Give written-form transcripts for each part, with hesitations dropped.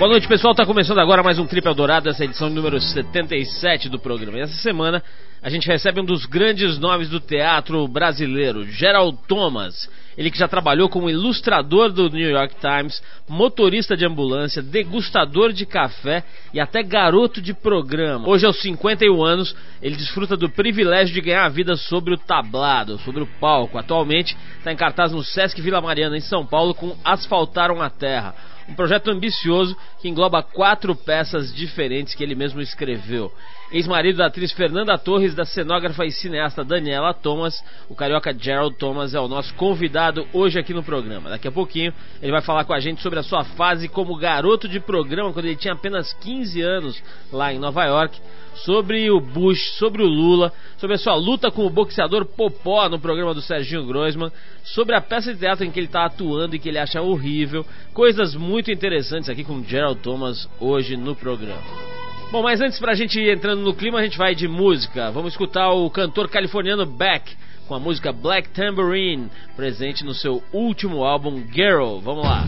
Boa noite, pessoal. Tá começando agora mais um Trip Eldorado, essa edição número 77 do programa. E essa semana a gente recebe um dos grandes nomes do teatro brasileiro, Gerald Thomas. Ele que já trabalhou como ilustrador do New York Times, motorista de ambulância, degustador de café e até garoto de programa. Hoje, aos 51 anos, ele desfruta do privilégio de ganhar a vida sobre o tablado, sobre o palco. Atualmente está em cartaz no Sesc Vila Mariana, em São Paulo, com Asfaltaram a Terra. Um projeto ambicioso que engloba 4 peças diferentes que ele mesmo escreveu. Ex-marido da atriz Fernanda Torres, da cenógrafa e cineasta Daniela Thomas, o carioca Gerald Thomas é o nosso convidado hoje aqui no programa. Daqui a pouquinho ele vai falar com a gente sobre a sua fase como garoto de programa, quando ele tinha apenas 15 anos lá em Nova York, sobre o Bush, sobre o Lula, sobre a sua luta com o boxeador Popó no programa do Serginho Groisman, sobre a peça de teatro em que ele está atuando e que ele acha horrível. Coisas muito interessantes aqui com Gerald Thomas hoje no programa. Bom, mas antes, pra gente ir entrando no clima, a gente vai de música. Vamos escutar o cantor californiano Beck com a música Black Tambourine, presente no seu último álbum Girl. Vamos lá.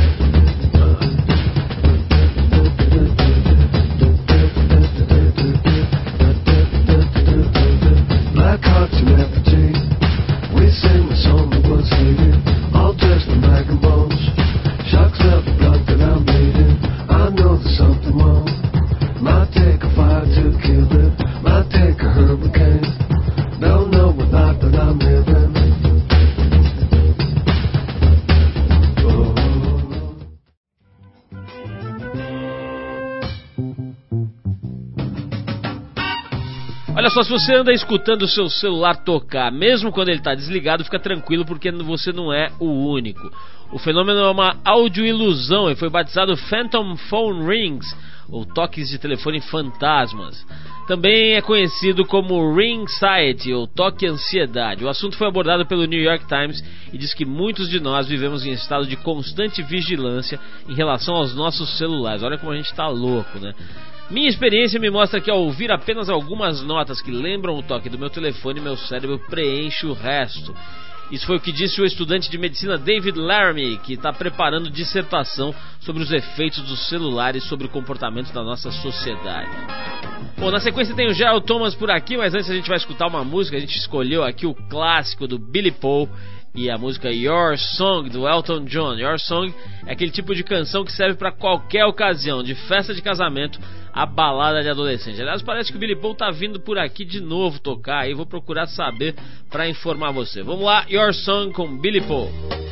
Black hearts in every day. We sing the song that was hated, all dressed in black and bones. Shocks up the blood that I'm bleeding. I know there's something wrong. Might take a fire to kill it. Might take a hurricane. Don't know what life that I'm living. Olha só, se você anda escutando o seu celular tocar, mesmo quando ele está desligado, fica tranquilo porque você não é o único. O fenômeno é uma audioilusão e foi batizado Phantom Phone Rings, ou toques de telefone fantasmas. Também é conhecido como Ring Anxiety, ou toque ansiedade. O assunto foi abordado pelo New York Times e diz que muitos de nós vivemos em estado de constante vigilância em relação aos nossos celulares. Olha como a gente está louco, né? Minha experiência me mostra que ao ouvir apenas algumas notas que lembram o toque do meu telefone, meu cérebro preenche o resto. Isso foi o que disse o estudante de medicina David Laramie, que está preparando dissertação sobre os efeitos dos celulares sobre o comportamento da nossa sociedade. Bom, na sequência tem o Gerald Thomas por aqui, mas antes a gente vai escutar uma música. A gente escolheu aqui o clássico do Billy Paul e a música Your Song, do Elton John. Your Song é aquele tipo de canção que serve para qualquer ocasião, de festa de casamento a balada de adolescente. Aliás, parece que o Billy Paul tá vindo por aqui de novo tocar, aí vou procurar saber para informar você. Vamos lá, Your Song com Billy Paul.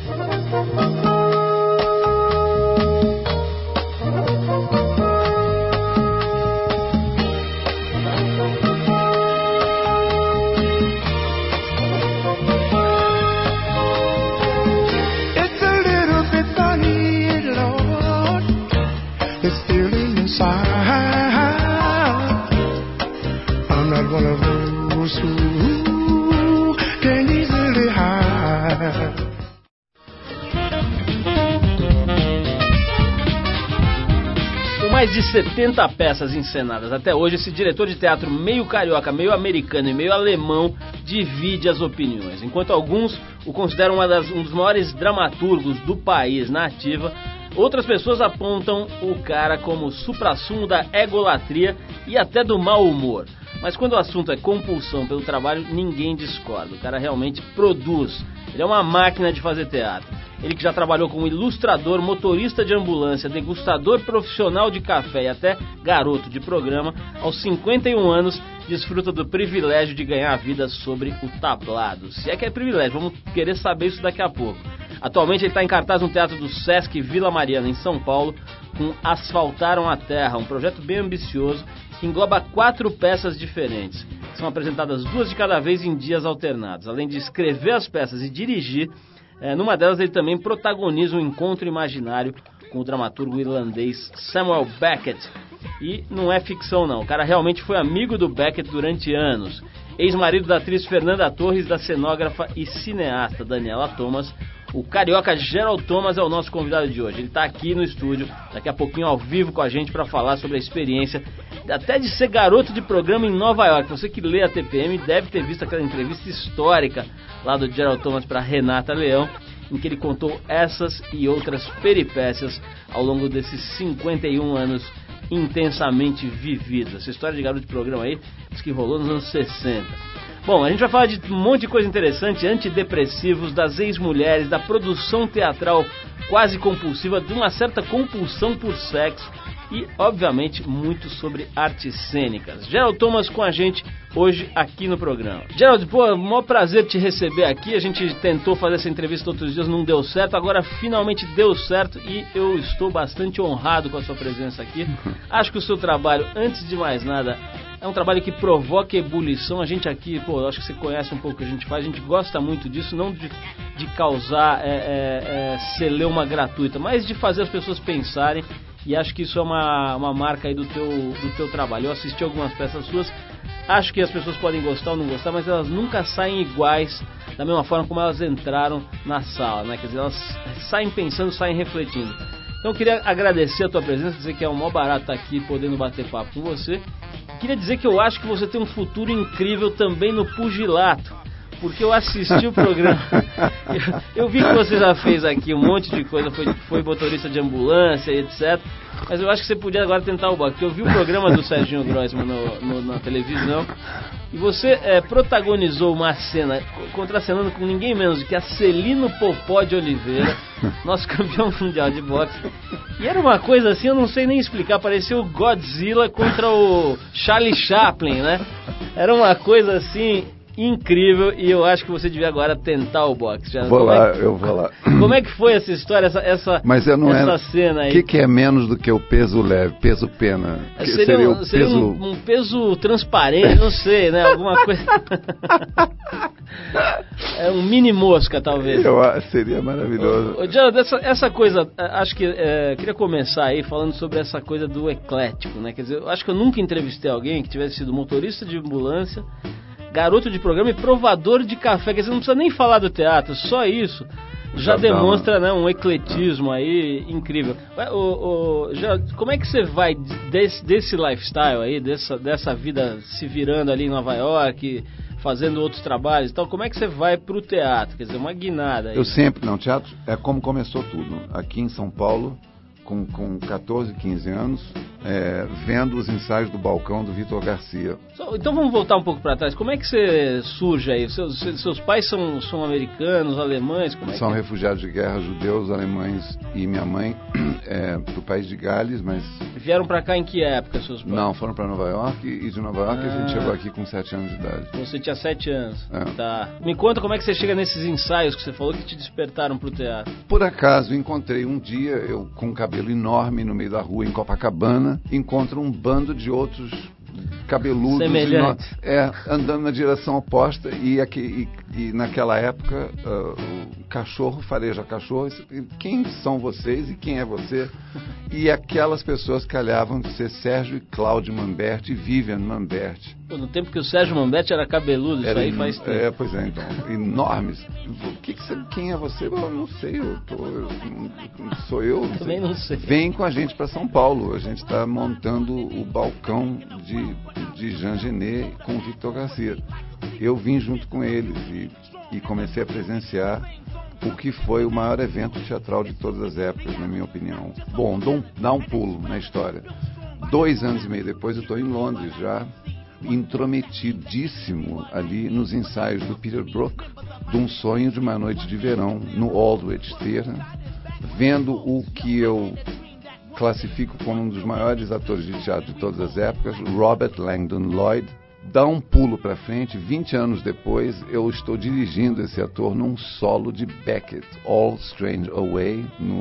Com mais de 70 peças encenadas até hoje, esse diretor de teatro meio carioca, meio americano e meio alemão divide as opiniões. Enquanto alguns o consideram um dos maiores dramaturgos do país na ativa, outras pessoas apontam o cara como suprassumo da egolatria e até do mau humor. Mas quando o assunto é compulsão pelo trabalho, ninguém discorda. O cara realmente produz. Ele é uma máquina de fazer teatro. Ele que já trabalhou como ilustrador, motorista de ambulância, degustador profissional de café e até garoto de programa, aos 51 anos, desfruta do privilégio de ganhar a vida sobre o tablado. Se é que é privilégio, vamos querer saber isso daqui a pouco. Atualmente ele está em cartaz no Teatro do Sesc Vila Mariana, em São Paulo, com Asfaltaram a Terra, um projeto bem ambicioso que engloba 4 peças diferentes. São apresentadas 2 de cada vez em dias alternados. Além de escrever as peças e dirigir, numa delas ele também protagoniza um encontro imaginário com o dramaturgo irlandês Samuel Beckett. E não é ficção não, o cara realmente foi amigo do Beckett durante anos. Ex-marido da atriz Fernanda Torres, da cenógrafa e cineasta Daniela Thomas, o carioca Gerald Thomas é o nosso convidado de hoje. Ele está aqui no estúdio, daqui a pouquinho ao vivo com a gente para falar sobre a experiência até de ser garoto de programa em Nova York. Você que lê a TPM deve ter visto aquela entrevista histórica lá do Gerald Thomas para Renata Leão. em que ele contou essas e outras peripécias ao longo desses 51 anos intensamente vividos. Essa história de garoto de programa aí diz que rolou nos anos 60. Bom, a gente vai falar de um monte de coisa interessante, antidepressivos, das ex-mulheres, da produção teatral quase compulsiva, de uma certa compulsão por sexo e, obviamente, muito sobre artes cênicas. Gerald Thomas com a gente hoje aqui no programa. Gerald, pô, maior prazer te receber aqui. A gente tentou fazer essa entrevista outros dias, não deu certo, agora finalmente deu certo e eu estou bastante honrado com a sua presença aqui. Acho que o seu trabalho, antes de mais nada, é um trabalho que provoca ebulição. A gente aqui, pô, acho que você conhece um pouco o que a gente faz, a gente gosta muito disso, não de causar celeuma gratuita, mas de fazer as pessoas pensarem, e acho que isso é uma marca aí do teu trabalho. Eu assisti algumas peças suas, acho que as pessoas podem gostar ou não gostar, mas elas nunca saem iguais, da mesma forma como elas entraram na sala, né? Quer dizer, elas saem pensando, saem refletindo. Então eu queria agradecer a tua presença, dizer que é um maior barato estar aqui podendo bater papo com você. Queria dizer que eu acho que você tem um futuro incrível também no pugilato, porque eu assisti o programa, eu vi que você já fez aqui um monte de coisa, foi motorista de ambulância e etc. Mas eu acho que você podia agora tentar o boxe, porque eu vi o programa do Serginho Groisman na televisão, e você protagonizou uma cena contracenando com ninguém menos do que a Celino Popó de Oliveira, nosso campeão mundial de boxe. E era uma coisa assim, eu não sei nem explicar, parecia o Godzilla contra o Charlie Chaplin, né? Era uma coisa assim incrível, e eu acho que você devia agora tentar o boxe. Já, eu vou lá. Como é que foi essa história, essa cena aí? O que é menos do que o peso leve, peso pena? Seria um peso transparente, não sei, né? Alguma coisa. É um mini mosca, talvez. Seria maravilhoso. Gerald, essa coisa, acho que queria começar aí falando sobre essa coisa do eclético, né? Quer dizer, eu acho que eu nunca entrevistei alguém que tivesse sido motorista de ambulância, garoto de programa e provador de café. Quer dizer, não precisa nem falar do teatro, só isso já demonstra, né, um ecletismo aí incrível. Como é que você vai desse lifestyle aí, dessa vida se virando ali em Nova York, fazendo outros trabalhos e tal, como é que você vai pro teatro? Quer dizer, uma guinada aí. Teatro é como começou tudo. Aqui em São Paulo, com 14, 15 anos, vendo os ensaios do Balcão do Vitor Garcia. Então vamos voltar um pouco para trás. Como é que você surge aí? Seus pais são americanos, alemães? São refugiados de guerra, judeus, alemães, e minha mãe do país de Gales, mas... Vieram para cá em que época, seus pais? Não, foram para Nova York, e de Nova York a gente chegou aqui com 7 anos de idade. Você tinha 7 anos. Tá. Me conta como é que você chega nesses ensaios que você falou que te despertaram pro teatro. Por acaso, encontrei um dia, eu com um cabelo enorme no meio da rua em Copacabana, encontro um bando de outros cabeludos andando na direção oposta, e naquela época o cachorro fareja cachorro. Quem são vocês e quem é você? E aquelas pessoas calhavam de ser Sérgio e Cláudio Mamberti e Vivian Mamberti. No tempo que o Sérgio Mamberti era cabeludo, isso aí faz tempo. Pois é, então, enormes. Quem é você? Eu não sei, sou eu. Também não sei. Vem com a gente para São Paulo, a gente está montando o balcão de Jean Genet com o Victor Garcia. Eu vim junto com eles e comecei a presenciar o que foi o maior evento teatral de todas as épocas, na minha opinião. Bom, dá um pulo na história. 2 anos e meio depois eu estou em Londres já, intrometidíssimo ali nos ensaios do Peter Brook, de Um Sonho de uma Noite de Verão, no Aldwych Theatre, vendo o que eu classifico como um dos maiores atores de teatro de todas as épocas, Robert Langdon Lloyd. Dá um pulo para frente, 20 anos depois, eu estou dirigindo esse ator num solo de Beckett, All Strange Away,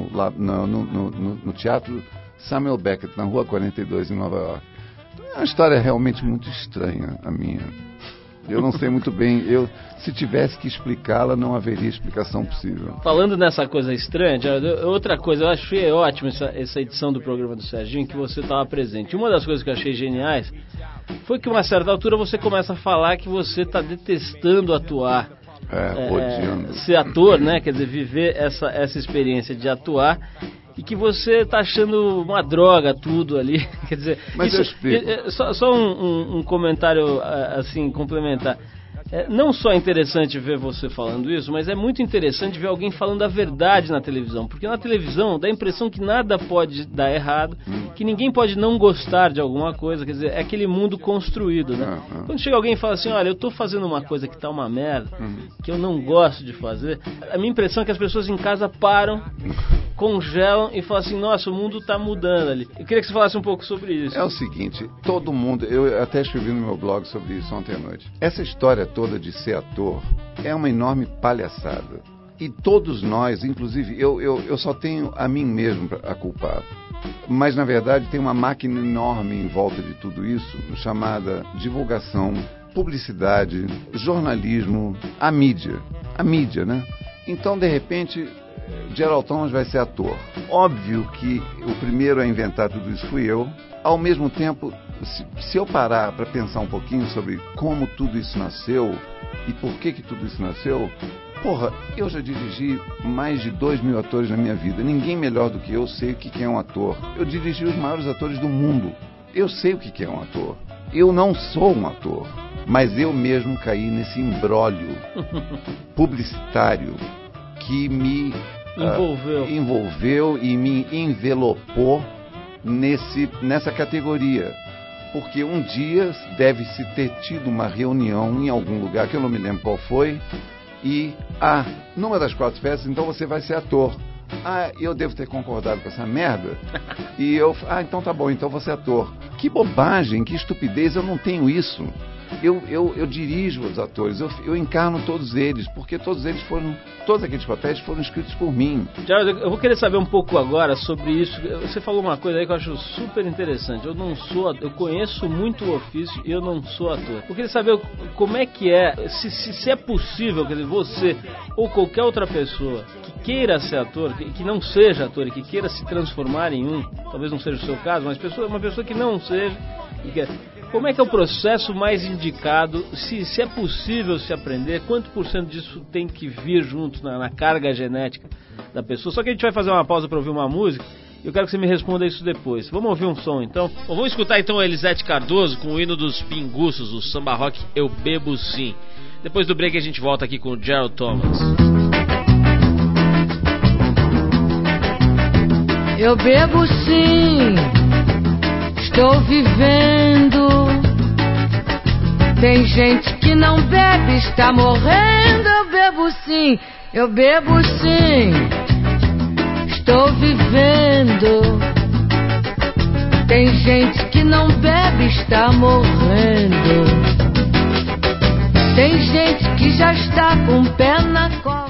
no Teatro Samuel Beckett, na Rua 42, em Nova York. É uma história realmente muito estranha, a minha. Eu não sei muito bem, se tivesse que explicá-la, não haveria explicação possível. Falando nessa coisa estranha, outra coisa, eu achei ótimo essa edição do programa do Serginho, que você estava presente. Uma das coisas que eu achei geniais foi que, a uma certa altura, você começa a falar que você está detestando atuar. Odiando. Ser ator, né? Quer dizer, viver essa experiência de atuar, e que você está achando uma droga tudo ali. Quer dizer, mas eu explico. Só um comentário assim complementar. Não só é interessante ver você falando isso, mas é muito interessante ver alguém falando a verdade na televisão. Porque na televisão dá a impressão que nada pode dar errado, que ninguém pode não gostar de alguma coisa. Quer dizer, é aquele mundo construído, né? Quando chega alguém e fala assim, olha, eu tô fazendo uma coisa que tá uma merda, que eu não gosto de fazer, a minha impressão é que as pessoas em casa param, congelam e falam assim, nossa, o mundo tá mudando ali. Eu queria que você falasse um pouco sobre isso. É o seguinte, todo mundo, eu até escrevi no meu blog sobre isso ontem à noite, essa história toda de ser ator é uma enorme palhaçada. E todos nós, inclusive, eu só tenho a mim mesmo a culpar. Mas, na verdade, tem uma máquina enorme em volta de tudo isso, chamada divulgação, publicidade, jornalismo, a mídia, né? Então, de repente, Gerald Thomas vai ser ator. Óbvio que o primeiro a inventar tudo isso fui eu. Ao mesmo tempo, se eu parar para pensar um pouquinho sobre como tudo isso nasceu e por que tudo isso nasceu, porra, eu já dirigi mais de 2.000 atores na minha vida. Ninguém melhor do que eu sei o que é um ator. Eu dirigi os maiores atores do mundo. Eu sei o que é um ator. Eu não sou um ator, mas eu mesmo caí nesse imbróglio publicitário que me envolveu e me envelopou nessa categoria. Porque um dia deve-se ter tido uma reunião em algum lugar, que eu não me lembro qual foi, e, numa das 4 festas, então você vai ser ator. Eu devo ter concordado com essa merda. E eu, então tá bom, então você é ator. Que bobagem, que estupidez, eu não tenho isso. Eu dirijo os atores, eu encarno todos eles, porque todos aqueles papéis foram escritos por mim. Gerald, eu vou querer saber um pouco agora sobre isso. Você falou uma coisa aí que eu acho super interessante. Eu conheço muito o ofício e eu não sou ator. Eu queria saber como é que é, se é possível, quer dizer, você ou qualquer outra pessoa que queira ser ator, que não seja ator e que queira se transformar em um, talvez não seja o seu caso, mas uma pessoa que não seja, como é que é o processo mais indicado? Se é possível se aprender, quanto % disso tem que vir junto na carga genética da pessoa? Só que a gente vai fazer uma pausa para ouvir uma música e eu quero que você me responda isso depois. Vamos ouvir um som então? Bom, vamos escutar então a Elisete Cardoso com o hino dos Pinguços, o samba rock Eu Bebo Sim. Depois do break a gente volta aqui com o Gerald Thomas. Eu bebo sim, estou vivendo. Tem gente que não bebe, está morrendo. Eu bebo sim, estou vivendo. Tem gente que não bebe, está morrendo. Tem gente que já está com o pé na cova.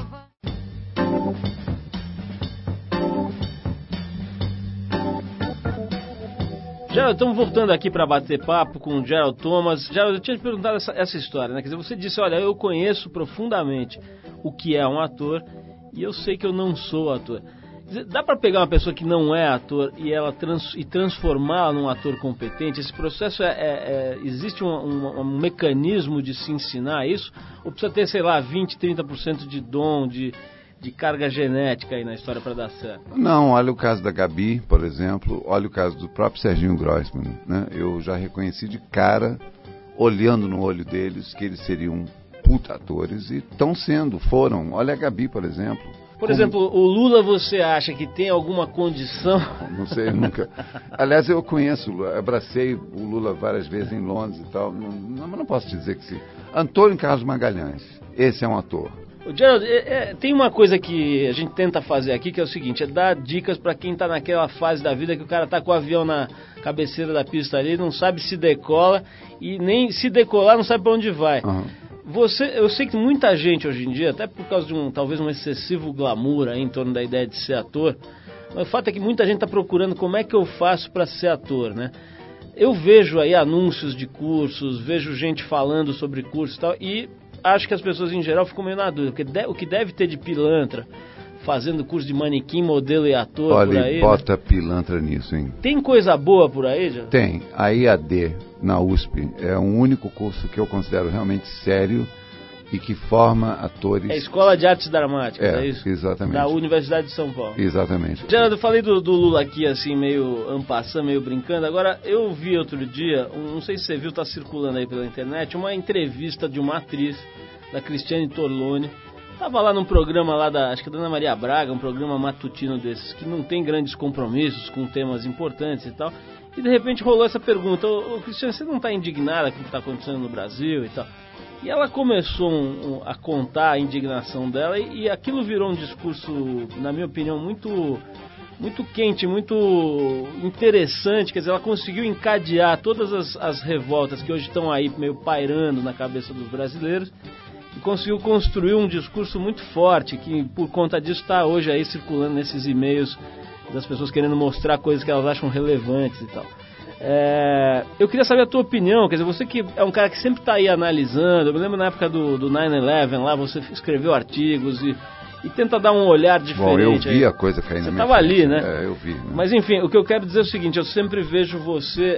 Gerald, estamos voltando aqui para bater papo com o Gerald Thomas. Gerald, eu tinha te perguntado essa história, né? Quer dizer, você disse, olha, eu conheço profundamente o que é um ator e eu sei que eu não sou ator. Quer dizer, dá para pegar uma pessoa que não é ator e transformá-la num ator competente? Esse processo existe um mecanismo de se ensinar isso? Ou precisa ter, sei lá, 20, 30% de dom, de carga genética aí na história para dar certo? Não, olha o caso da Gabi, por exemplo, olha o caso do próprio Serginho Grossman, né? Eu já reconheci de cara, olhando no olho deles, que eles seriam puta atores e foram. Olha a Gabi, por exemplo. Por exemplo, o Lula, você acha que tem alguma condição? Não sei, nunca. Aliás, eu abracei o Lula várias vezes em Londres e tal, não posso te dizer que sim. Antônio Carlos Magalhães, esse é um ator. Gerald, tem uma coisa que a gente tenta fazer aqui, que é o seguinte, é dar dicas para quem tá naquela fase da vida que o cara tá com o avião na cabeceira da pista ali, não sabe se decola e nem se decolar não sabe para onde vai. Uhum. Eu sei que muita gente hoje em dia, até por causa de talvez um excessivo glamour aí em torno da ideia de ser ator, mas o fato é que muita gente tá procurando como é que eu faço para ser ator, né? Eu vejo aí anúncios de cursos, vejo gente falando sobre cursos e tal, e acho que as pessoas em geral ficam meio na dúvida, porque o que deve ter de pilantra fazendo curso de manequim, modelo e ator. Olha, por aí, bota né? Pilantra nisso, hein? Tem coisa boa por aí, já? Tem. A IAD, na USP, é o único curso que eu considero realmente sério e que forma atores... É a Escola de Artes Dramáticas, é isso? Exatamente. Da Universidade de São Paulo. Exatamente. Geraldo, eu falei do Lula aqui, assim, meio en passant, meio brincando. Agora, eu vi outro dia, não sei se você viu, tá circulando aí pela internet, uma entrevista de uma atriz, da Cristiane Torlone. Tava lá num programa lá acho que da Ana Maria Braga, um programa matutino desses, que não tem grandes compromissos com temas importantes e tal. E de repente rolou essa pergunta: ô Cristiane, você não tá indignada com o que tá acontecendo no Brasil e tal? E ela começou a contar a indignação dela e aquilo virou um discurso, na minha opinião, muito quente, muito interessante. Quer dizer, ela conseguiu encadear todas as revoltas que hoje estão aí meio pairando na cabeça dos brasileiros e conseguiu construir um discurso muito forte, que por conta disso está hoje aí circulando nesses e-mails das pessoas querendo mostrar coisas que elas acham relevantes e tal. Eu queria saber a tua opinião, quer dizer, você que é um cara que sempre está aí analisando. Eu me lembro na época do 9/11, lá você escreveu artigos e tenta dar um olhar diferente. Bom, eu vi a coisa caindo na minha frente. Você estava ali, né? Eu vi. Né? Mas enfim, o que eu quero dizer é o seguinte: eu sempre vejo você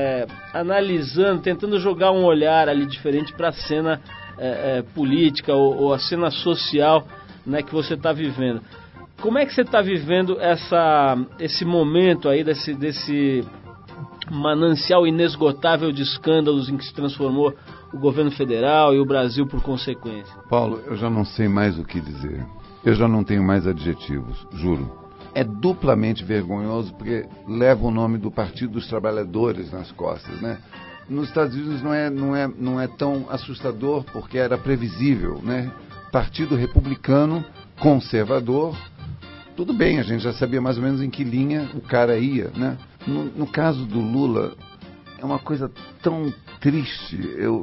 analisando, tentando jogar um olhar ali diferente para a cena política ou a cena social, né, que você está vivendo. Como é que você está vivendo esse momento aí, desse manancial inesgotável de escândalos em que se transformou o governo federal e o Brasil por consequência? Paulo, eu já não sei mais o que dizer. Eu já não tenho mais adjetivos, juro. É duplamente vergonhoso porque leva o nome do Partido dos Trabalhadores nas costas, né? Nos Estados Unidos não é tão assustador porque era previsível, né? Partido republicano, conservador, tudo bem, a gente já sabia mais ou menos em que linha o cara ia, né? No caso do Lula, é uma coisa tão triste,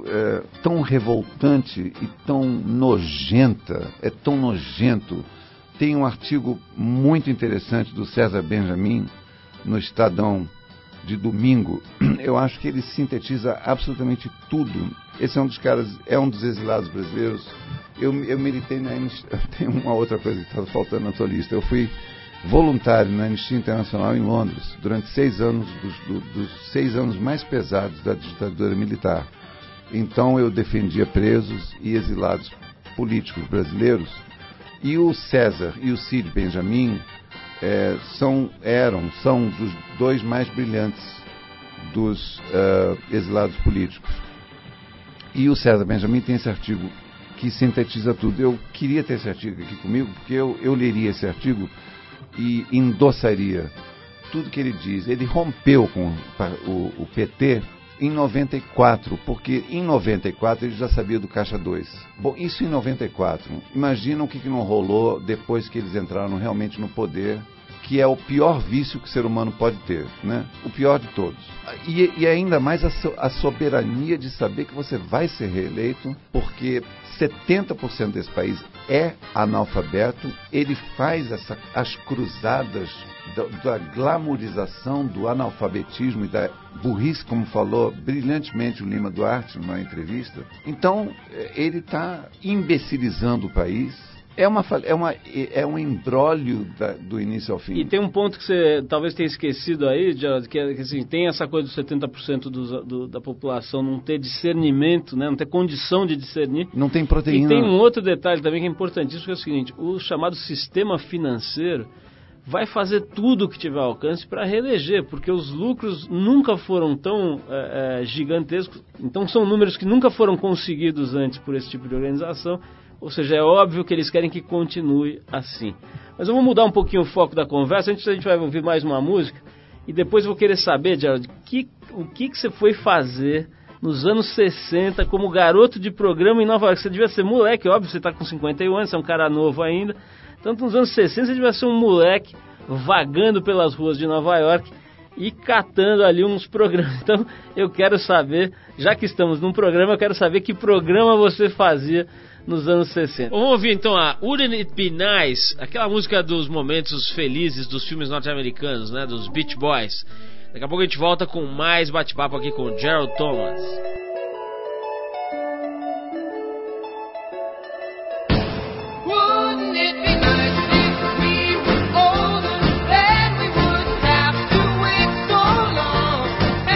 tão revoltante e tão nojenta, é tão nojento. Tem um artigo muito interessante do César Benjamin no Estadão de domingo. Eu acho que ele sintetiza absolutamente tudo. Esse é um dos caras, é um dos exilados brasileiros. Eu militei na Anistia. Tem uma outra coisa que estava faltando na tua lista. Eu fui voluntário na Anistia Internacional em Londres durante 6 anos, dos 6 anos mais pesados da ditadura militar. Então eu defendia presos e exilados políticos brasileiros. E o César e o Cid Benjamin são dos 2 mais brilhantes dos exilados políticos. E o César Benjamin tem esse artigo que sintetiza tudo. Eu queria ter esse artigo aqui comigo, porque eu leria esse artigo e endossaria tudo que ele diz. Ele rompeu com o PT em 94, porque em 94 ele já sabia do Caixa 2. Bom, isso em 94. Imagina o que não rolou depois que eles entraram realmente no poder, que é o pior vício que o ser humano pode ter, né? O pior de todos. E ainda mais a soberania de saber que você vai ser reeleito, porque 70% desse país é analfabeto. Ele faz as cruzadas da glamorização do analfabetismo e da burrice, como falou brilhantemente o Lima Duarte numa entrevista. Então, ele está imbecilizando o país. É um imbróglio do início ao fim. E tem um ponto que você talvez tenha esquecido aí, Geraldo, que assim, tem essa coisa dos 70% da população não ter discernimento, né, não ter condição de discernir. Não tem proteína. E tem um outro detalhe também que é importantíssimo, que é o seguinte: o chamado sistema financeiro vai fazer tudo o que tiver ao alcance para reeleger, porque os lucros nunca foram tão gigantescos. Então são números que nunca foram conseguidos antes por esse tipo de organização. Ou seja, é óbvio que eles querem que continue assim. Mas eu vou mudar um pouquinho o foco da conversa. Antes a gente vai ouvir mais uma música. E depois eu vou querer saber, Geraldo, o que você foi fazer nos anos 60 como garoto de programa em Nova York. Você devia ser moleque, óbvio, você está com 51 anos, você é um cara novo ainda. Tanto nos anos 60 você devia ser um moleque vagando pelas ruas de Nova York e catando ali uns programas. Então eu quero saber, já que estamos num programa, eu quero saber que programa você fazia nos anos 60. Vamos ouvir então a Wouldn't It Be Nice, aquela música dos momentos felizes dos filmes norte-americanos, né, dos Beach Boys. Daqui a pouco a gente volta com mais bate-papo aqui com o Gerald Thomas.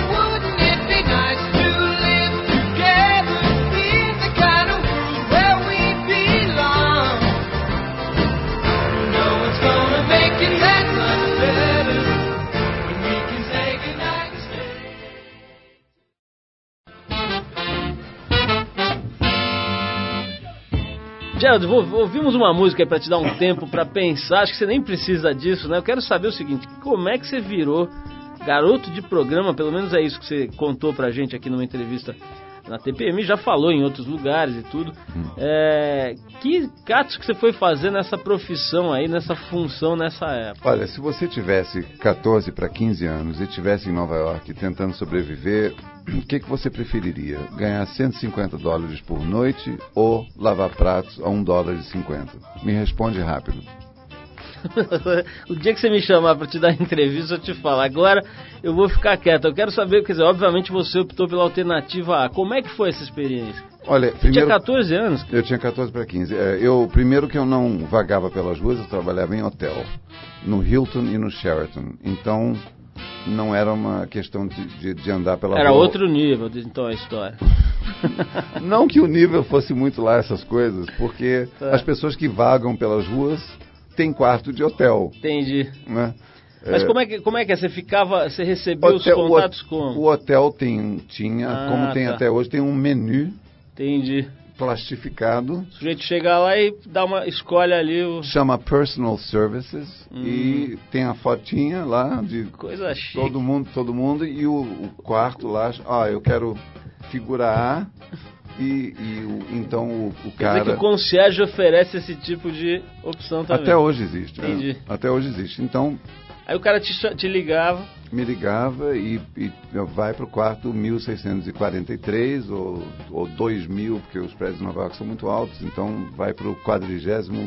Where we Gerald, ouvimos uma música aí pra te dar um tempo pra pensar. Acho que você nem precisa disso, né? Eu quero saber o seguinte: como é que você virou garoto de programa? Pelo menos é isso que você contou pra gente aqui numa entrevista na TPM, já falou em outros lugares e tudo. Que catos que você foi fazer nessa profissão aí, nessa função, nessa época? Olha, se você tivesse 14 para 15 anos e estivesse em Nova York tentando sobreviver, o que você preferiria? Ganhar $150 por noite ou lavar pratos a $1,50? Me responde rápido. O dia que você me chamar pra te dar entrevista, eu te falo. Agora eu vou ficar quieto. Eu quero saber, quer dizer, obviamente você optou pela alternativa A. Como é que foi essa experiência? Olha, Você tinha 14 anos? Eu tinha 14 para 15. Primeiro que eu não vagava pelas ruas, eu trabalhava em hotel, no Hilton e no Sheraton. Então, não era uma questão de andar pela rua. Era outro nível, então, a história. Não que o nível fosse muito lá essas coisas, porque as pessoas que vagam pelas ruas têm quarto de hotel. Entendi. Né? Mas como é que é? Você recebeu os contatos como? O hotel tinha, como tem até hoje, tem um menu. Entendi. Plastificado. O sujeito chega lá e escolhe ali o... Chama Personal Services e tem a fotinha lá de coisa chique. Todo mundo e o quarto lá, eu quero figura A então o cara... Quer dizer que o concierge oferece esse tipo de opção também. Até hoje existe. Entendi. Até hoje existe. Então... Aí o cara te ligava. Me ligava e vai para o quarto 1643 ou 2000, porque os prédios de Nova York são muito altos, então vai para o 43º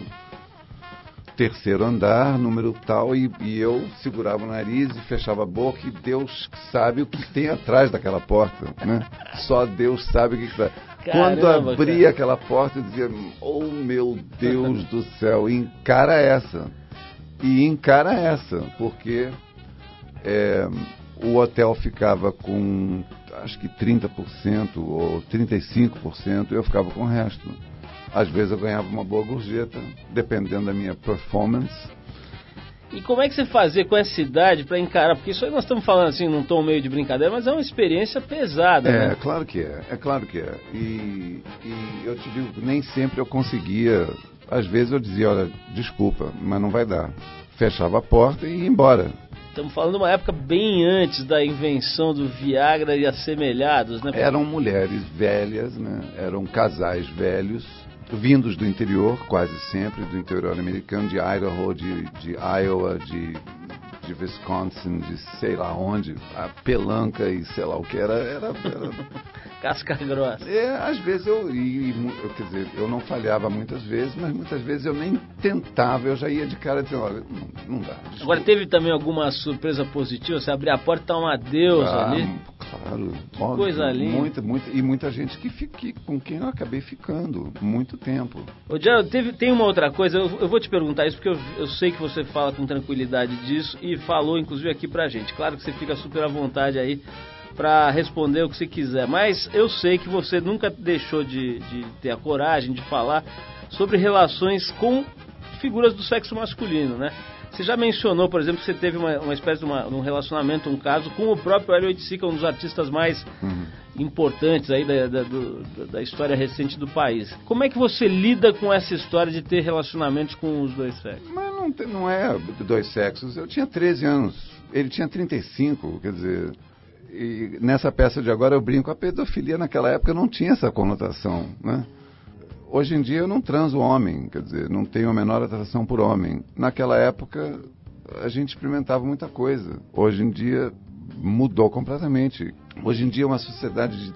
andar, número tal, e eu segurava o nariz e fechava a boca, e Deus sabe o que tem atrás daquela porta, né? Só Deus sabe o que está. Quando abria aquela porta, eu dizia, oh meu Deus do céu, encara essa. E encara essa, porque o hotel ficava com, acho que 30% ou 35%, eu ficava com o resto. Às vezes eu ganhava uma boa gorjeta, dependendo da minha performance. E como é que você fazia com essa idade para encarar? Porque isso aí nós estamos falando assim num tom meio de brincadeira, mas é uma experiência pesada, né? Claro que é claro que é. E eu te digo, nem sempre eu conseguia. Às vezes eu dizia, olha, desculpa, mas não vai dar. Fechava a porta e ia embora. Estamos falando de uma época bem antes da invenção do Viagra e assemelhados, né? Eram mulheres velhas, né? Eram casais velhos, vindos do interior, quase sempre, do interior americano, de Idaho, de Iowa, de Wisconsin, de sei lá onde, a pelanca e sei lá o que era casca grossa. Às vezes quer dizer, eu não falhava muitas vezes, mas muitas vezes eu nem tentava, eu já ia de cara dizendo, olha, não dá. Desculpa. Agora, teve também alguma surpresa positiva? Você abrir a porta e tá uma deusa ali? Claro. Que óbvio, coisa linda. Muita gente com quem eu acabei ficando muito tempo. Ô, Gerald, tem uma outra coisa, eu vou te perguntar isso, porque eu sei que você fala com tranquilidade disso e falou, inclusive, aqui pra gente. Claro que você fica super à vontade aí para responder o que você quiser, mas eu sei que você nunca deixou de ter a coragem de falar sobre relações com figuras do sexo masculino, né? Você já mencionou, por exemplo, que você teve uma espécie de um relacionamento, um caso com o próprio Elliot Sica, um dos artistas mais importantes aí da história recente do país. Como é que você lida com essa história de ter relacionamentos com os dois sexos? Mas não é dois sexos. Eu tinha 13 anos, ele tinha 35, quer dizer... E nessa peça de agora eu brinco, a pedofilia naquela época não tinha essa conotação, né? Hoje em dia eu não transo homem, quer dizer, não tenho a menor atração por homem. Naquela época a gente experimentava muita coisa. Hoje em dia mudou completamente. Hoje em dia é uma sociedade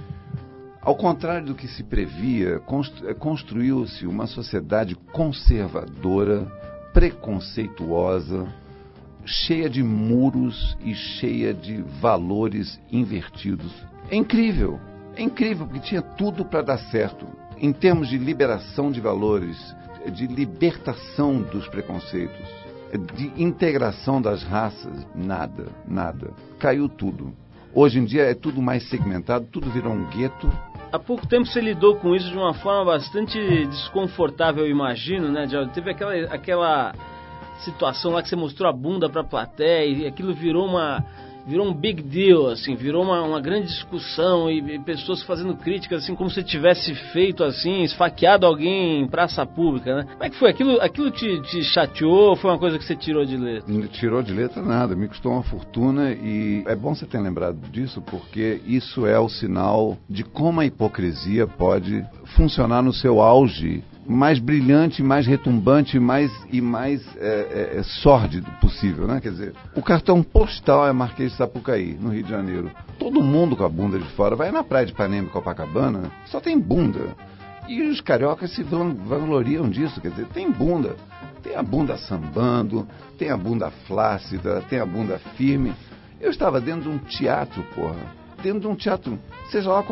ao contrário do que se previa, construiu-se uma sociedade conservadora, preconceituosa, cheia de muros e cheia de valores invertidos. É incrível, porque tinha tudo para dar certo. Em termos de liberação de valores, de libertação dos preconceitos, de integração das raças, nada. Caiu tudo. Hoje em dia é tudo mais segmentado, tudo virou um gueto. Há pouco tempo você lidou com isso de uma forma bastante desconfortável, eu imagino, né, Gerald? Teve aquela situação lá que você mostrou a bunda pra plateia e aquilo virou virou um big deal, assim, virou uma grande discussão e pessoas fazendo críticas, assim, como se tivesse feito, assim, esfaqueado alguém em praça pública, né? Como é que foi? Aquilo te chateou ou foi uma coisa que você tirou de letra? Não tirou de letra nada, me custou uma fortuna e é bom você ter lembrado disso porque isso é o sinal de como a hipocrisia pode funcionar no seu auge mais brilhante, mais retumbante e mais sórdido possível, né? Quer dizer, o cartão postal é Marquês de Sapucaí, no Rio de Janeiro. Todo mundo com a bunda de fora. Vai na praia de Ipanema e Copacabana, só tem bunda. E os cariocas se vangloriam disso, quer dizer, tem bunda. Tem a bunda sambando, tem a bunda flácida, tem a bunda firme. Eu estava dentro de um teatro, porra. Dentro de um teatro, seja lá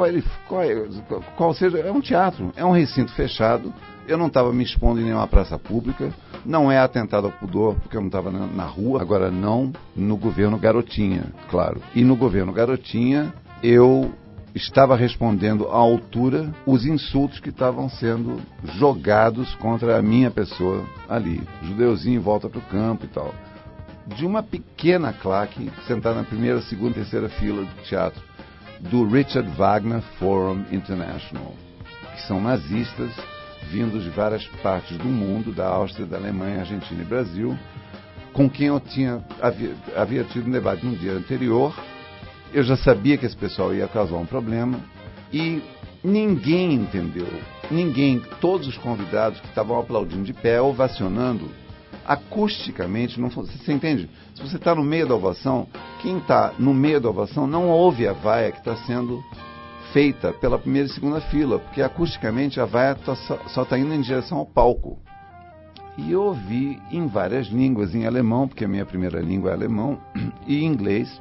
qual seja, é um teatro, é um recinto fechado. Eu não estava me expondo em nenhuma praça pública, não é atentado ao pudor, porque eu não estava na rua, agora não no governo Garotinha, claro. E no governo Garotinha, eu estava respondendo à altura os insultos que estavam sendo jogados contra a minha pessoa ali. Judeuzinho volta para o campo e tal. De uma pequena claque, sentada na primeira, segunda, terceira fila do teatro, do Richard Wagner Forum International, que são nazistas, vindos de várias partes do mundo, da Áustria, da Alemanha, Argentina e Brasil, com quem eu havia tido um debate no dia anterior. Eu já sabia que esse pessoal ia causar um problema e ninguém entendeu. Ninguém, todos os convidados que estavam aplaudindo de pé, ovacionando, acusticamente, você entende? Se você está no meio da ovação, quem está no meio da ovação não ouve a vaia que está sendo feita pela primeira e segunda fila, porque acusticamente a vaia só está indo em direção ao palco. E eu ouvi em várias línguas, em alemão, porque a minha primeira língua é alemão, e em inglês,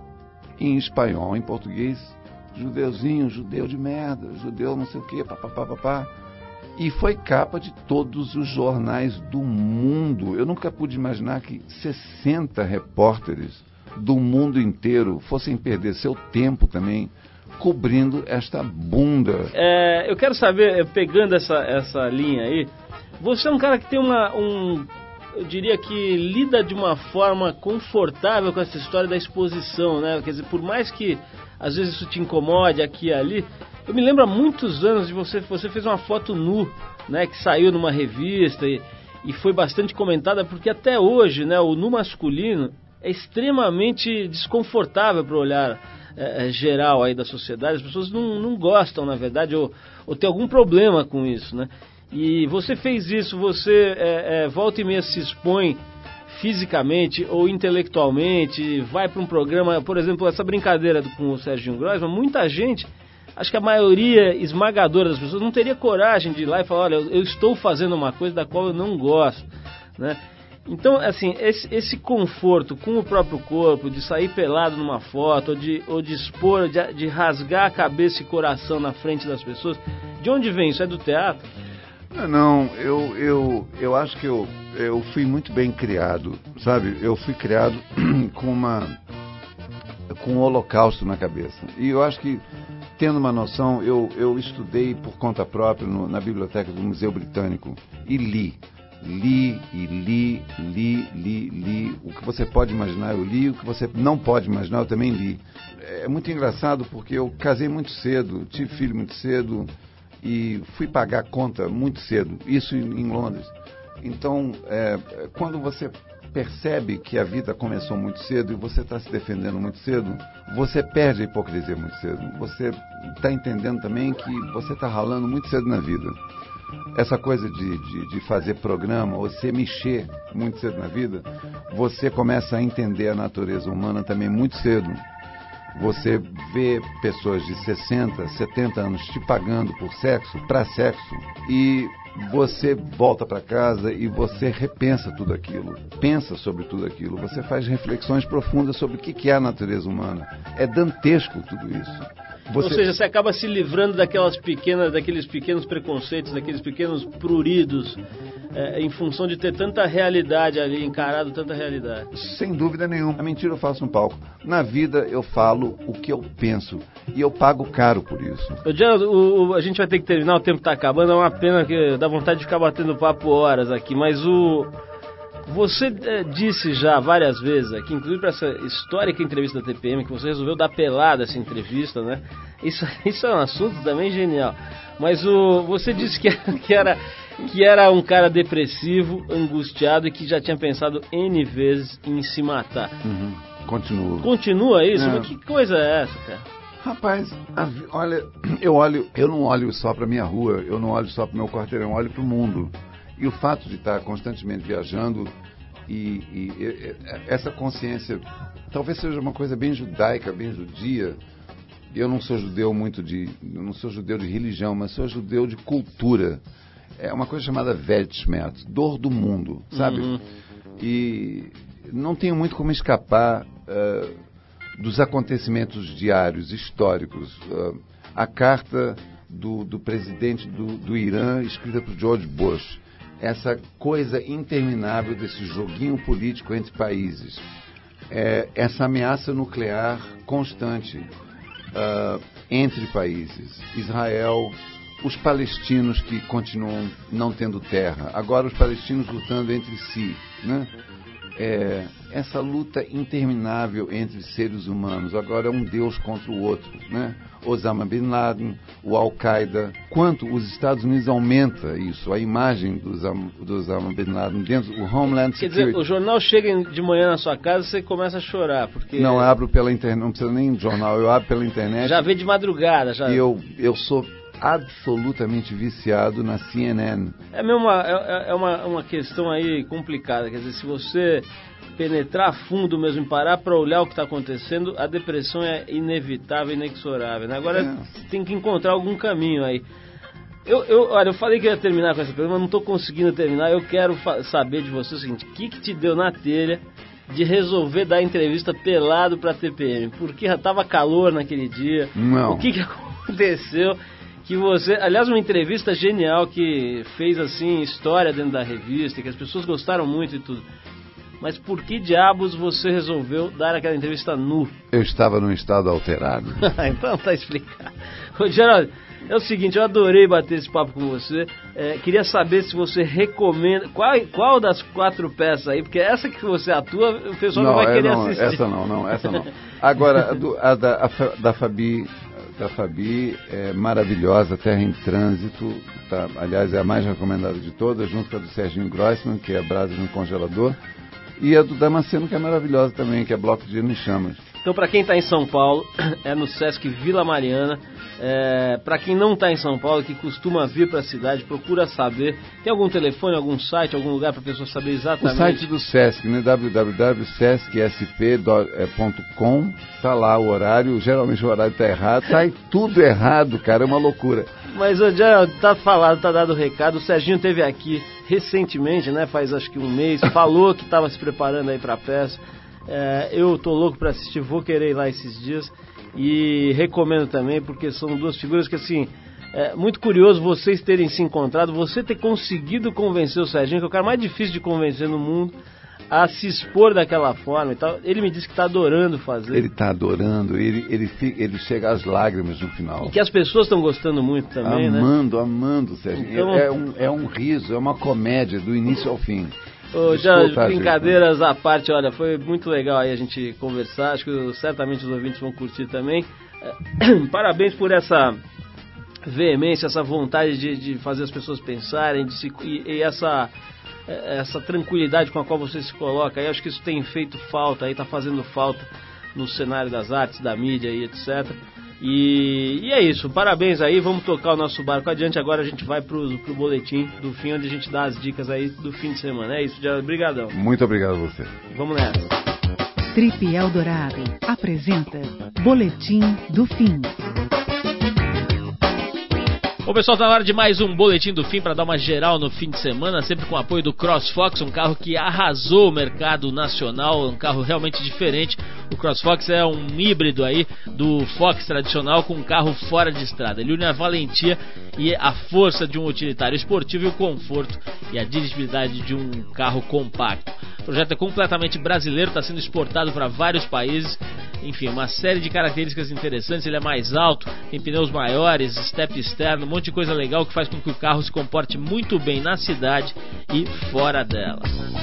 em espanhol, em português, judeuzinho, judeu de merda, judeu não sei o quê, papapá. E foi capa de todos os jornais do mundo. Eu nunca pude imaginar que 60 repórteres do mundo inteiro fossem perder seu tempo também cobrindo esta bunda. Eu quero saber, pegando essa linha aí, você é um cara que tem eu diria que lida de uma forma confortável com essa história da exposição, né? Quer dizer, por mais que às vezes isso te incomode aqui e ali, eu me lembro há muitos anos de você fez uma foto nu, né? Que saiu numa revista e foi bastante comentada, porque até hoje, né? O nu masculino é extremamente desconfortável para o olhar geral aí da sociedade. As pessoas não gostam, na verdade, ou tem algum problema com isso, né? E você fez isso, você volta e meia se expõe fisicamente ou intelectualmente, vai para um programa, por exemplo, essa brincadeira com o Serginho Groisman, muita gente, acho que a maioria esmagadora das pessoas não teria coragem de ir lá e falar, olha, eu estou fazendo uma coisa da qual eu não gosto, né? Então, assim, esse conforto com o próprio corpo, de sair pelado numa foto, ou de expor, de rasgar a cabeça e coração na frente das pessoas, de onde vem isso? É do teatro? Não, eu acho que eu fui muito bem criado, sabe? Eu fui criado com um holocausto na cabeça. E eu acho que, tendo uma noção, eu estudei por conta própria na biblioteca do Museu Britânico e li. O que você pode imaginar eu li, o que você não pode imaginar eu também li. É muito engraçado porque eu casei muito cedo, tive filho muito cedo e fui pagar conta muito cedo, isso em Londres. Então, quando você percebe que a vida começou muito cedo e você está se defendendo muito cedo, você perde a hipocrisia muito cedo. Você está entendendo também que você está ralando muito cedo na vida. Essa coisa de fazer programa, você mexer muito cedo na vida, você começa a entender a natureza humana também muito cedo. Você vê pessoas de 60, 70 anos te pagando por sexo, para sexo, e você volta para casa e você repensa tudo aquilo, pensa sobre tudo aquilo, você faz reflexões profundas sobre o que é a natureza humana. É dantesco tudo isso. Ou seja, você acaba se livrando daqueles pequenos preconceitos, daqueles pequenos pruridos, em função de ter tanta realidade ali, encarado tanta realidade. Sem dúvida nenhuma. A mentira eu faço no palco. Na vida eu falo o que eu penso e eu pago caro por isso. A gente vai ter que terminar, o tempo está acabando, é uma pena que dá vontade de ficar batendo papo horas aqui, mas Você disse já várias vezes aqui, inclusive para essa histórica entrevista da TPM, que você resolveu dar pelada essa entrevista, né? Isso é um assunto também genial. Mas você disse que era um cara depressivo, angustiado e que já tinha pensado N vezes em se matar. Uhum. Continua isso? Mas que coisa é essa, cara? Rapaz, olha, eu não olho só para minha rua, eu não olho só para o meu quarteirão, eu olho para o mundo. E o fato de estar constantemente viajando e essa consciência, talvez seja uma coisa bem judaica, bem judia. Eu não sou judeu não sou judeu de religião, mas sou judeu de cultura. É uma coisa chamada Weltschmerz, dor do mundo, sabe? Uhum. E não tenho muito como escapar dos acontecimentos diários, históricos. A carta do presidente do Irã, escrita por George Bush. Essa coisa interminável desse joguinho político entre países. Essa ameaça nuclear constante entre países. Israel, os palestinos que continuam não tendo terra. Agora os palestinos lutando entre si, né? Essa luta interminável entre seres humanos. Agora é um Deus contra o outro, né? Osama Bin Laden, o Al-Qaeda. Quanto os Estados Unidos aumenta isso, a imagem do Osama Bin Laden dentro do Homeland Security. Quer dizer, o jornal chega de manhã na sua casa e você começa a chorar, porque... Não, abro pela internet, não precisa nem de jornal, eu abro pela internet. Já vê de madrugada, já. E eu sou absolutamente viciado na CNN. É uma questão aí complicada, quer dizer, se você penetrar a fundo mesmo e parar para olhar o que está acontecendo, a depressão é inevitável, inexorável, né? Agora tem que encontrar algum caminho aí. Olha, eu falei que ia terminar com essa pergunta, mas não estou conseguindo terminar. Eu quero saber de você o seguinte: o que te deu na telha de resolver dar entrevista pelado para a TPM? Porque já estava calor naquele dia. Não. O que aconteceu? Que você, aliás, uma entrevista genial que fez assim história dentro da revista, que as pessoas gostaram muito e tudo. Mas por que diabos você resolveu dar aquela entrevista nu? Eu estava num estado alterado. Então tá explicado. Ô, Geraldo, é o seguinte, eu adorei bater esse papo com você. Queria saber se você recomenda... Qual das 4 peças aí? Porque essa que você atua, o pessoal não vai querer assistir. Essa não. Agora, da Fabi é maravilhosa, Terra em Trânsito, tá? Aliás, é a mais recomendada de todas, junto com a do Serginho Grossman, que é Brasa no Congelador, e a do Damasceno, que é maravilhosa também, que é Bloco de Gelo em Chamas. Então, para quem está em São Paulo, é no Sesc Vila Mariana. Para quem não está em São Paulo, que costuma vir para a cidade, procura saber. Tem algum telefone, algum site, algum lugar para a pessoa saber exatamente? O site do Sesc, né? www.sescsp.com. Tá lá o horário. Geralmente o horário está errado. Tá tudo errado, cara. É uma loucura. Mas já tá falado, tá dado o recado. O Serginho esteve aqui recentemente, né? Faz acho que um mês. Falou que estava se preparando aí para a peça. Eu tô louco para assistir, vou querer ir lá esses dias. E recomendo também, porque são 2 figuras que, assim, é muito curioso vocês terem se encontrado, você ter conseguido convencer o Serginho, que é o cara mais difícil de convencer no mundo, a se expor daquela forma e tal. Ele me disse que está adorando fazer. Ele está adorando, ele chega às lágrimas no final. E que as pessoas estão gostando muito também, amando, Serginho. Então... É um riso, é uma comédia do início ao fim. Já brincadeiras à parte, olha, foi muito legal aí a gente conversar, acho que certamente os ouvintes vão curtir também. Parabéns por essa veemência, essa vontade de fazer as pessoas pensarem, e essa tranquilidade com a qual você se coloca aí. Acho que isso tem feito falta, aí tá fazendo falta no cenário das artes, da mídia e etc. E é isso, parabéns aí, vamos tocar o nosso barco adiante. Agora a gente vai pro boletim do fim, onde a gente dá as dicas aí do fim de semana. É isso, Geraldo, obrigadão. Muito obrigado a você. Vamos nessa. Trip Eldorado apresenta Boletim do Fim. Bom, pessoal, tá na hora de mais um Boletim do Fim para dar uma geral no fim de semana, sempre com o apoio do CrossFox, um carro que arrasou o mercado nacional, um carro realmente diferente. O CrossFox é um híbrido aí do Fox tradicional com um carro fora de estrada. Ele une a valentia e a força de um utilitário esportivo e o conforto e a dirigibilidade de um carro compacto. O projeto é completamente brasileiro, está sendo exportado para vários países. Enfim, uma série de características interessantes. Ele é mais alto, tem pneus maiores, step externo, um monte de coisa legal que faz com que o carro se comporte muito bem na cidade e fora dela.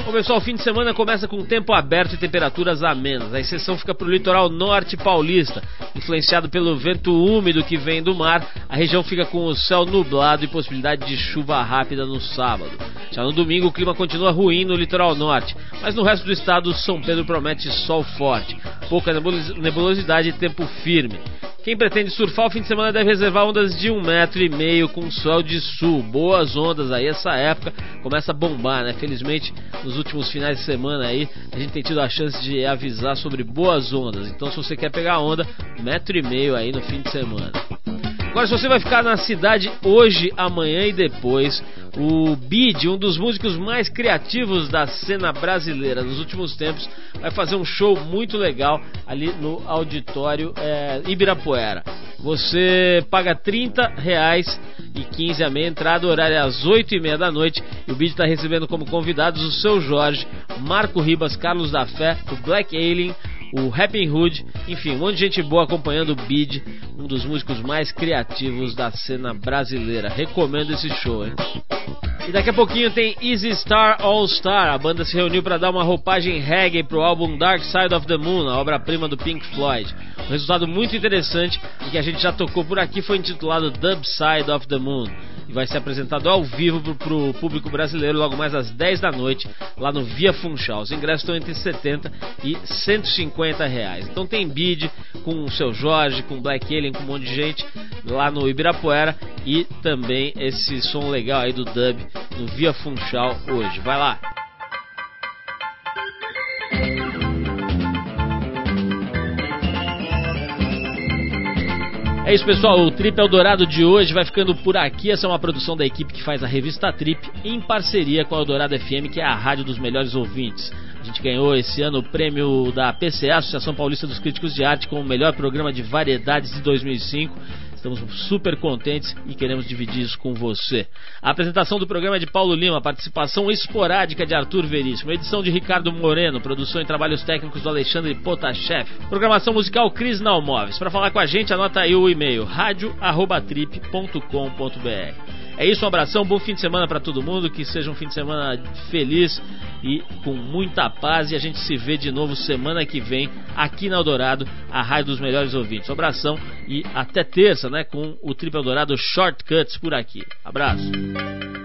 Bom, pessoal, o fim de semana começa com tempo aberto e temperaturas amenas. A exceção fica para o litoral norte paulista. Influenciado pelo vento úmido que vem do mar, a região fica com o céu nublado e possibilidade de chuva rápida no sábado. Já no domingo o clima continua ruim no litoral norte, mas no resto do estado São Pedro promete sol forte, pouca nebulosidade e tempo firme. Quem pretende surfar o fim de semana deve reservar ondas de 1,5 m com sol de sul. Boas ondas aí, essa época começa a bombar, né? Felizmente, nos últimos finais de semana aí, a gente tem tido a chance de avisar sobre boas ondas. Então, se você quer pegar onda, 1,5 m aí no fim de semana. Agora, se você vai ficar na cidade hoje, amanhã e depois, o Bid, um dos músicos mais criativos da cena brasileira nos últimos tempos, vai fazer um show muito legal ali no auditório Ibirapuera. Você paga R$30,15 a meia entrada, horário é às 8h30 da noite, e o Bid está recebendo como convidados o Seu Jorge, Marco Ribas, Carlos da Fé, o Black Alien, o Rapping Hood, enfim, um monte de gente boa acompanhando o Bid, um dos músicos mais criativos da cena brasileira. Recomendo esse show, hein? E daqui a pouquinho tem Easy Star All Star. A banda se reuniu para dar uma roupagem reggae pro álbum Dark Side of the Moon, a obra-prima do Pink Floyd. Um resultado muito interessante e que a gente já tocou por aqui foi intitulado Dub Side of the Moon. E vai ser apresentado ao vivo pro público brasileiro logo mais às 10 da noite lá no Via Funchal. Os ingressos estão entre R$70 e R$150. Então tem Bid com o Seu Jorge, com Black Alien, com um monte de gente lá no Ibirapuera, e também esse som legal aí do dub no Via Funchal hoje. Vai lá! É isso, pessoal, o Trip Eldorado de hoje vai ficando por aqui. Essa é uma produção da equipe que faz a revista Trip em parceria com a Eldorado FM, que é a rádio dos melhores ouvintes. A gente ganhou esse ano o prêmio da PCA, Associação Paulista dos Críticos de Arte, como o melhor programa de variedades de 2005. Estamos super contentes e queremos dividir isso com você. A apresentação do programa é de Paulo Lima, participação esporádica de Arthur Veríssimo, edição de Ricardo Moreno, produção e trabalhos técnicos do Alexandre Potashev, programação musical Cris Nalmoves. Para falar com a gente, anota aí o e-mail radio@trip.com.br. É isso, um abração, bom fim de semana para todo mundo, que seja um fim de semana feliz e com muita paz, e a gente se vê de novo semana que vem aqui na Eldorado, a rádio dos melhores ouvintes. Um abração e até terça, né, com o Trip Eldorado Shortcuts por aqui. Abraço.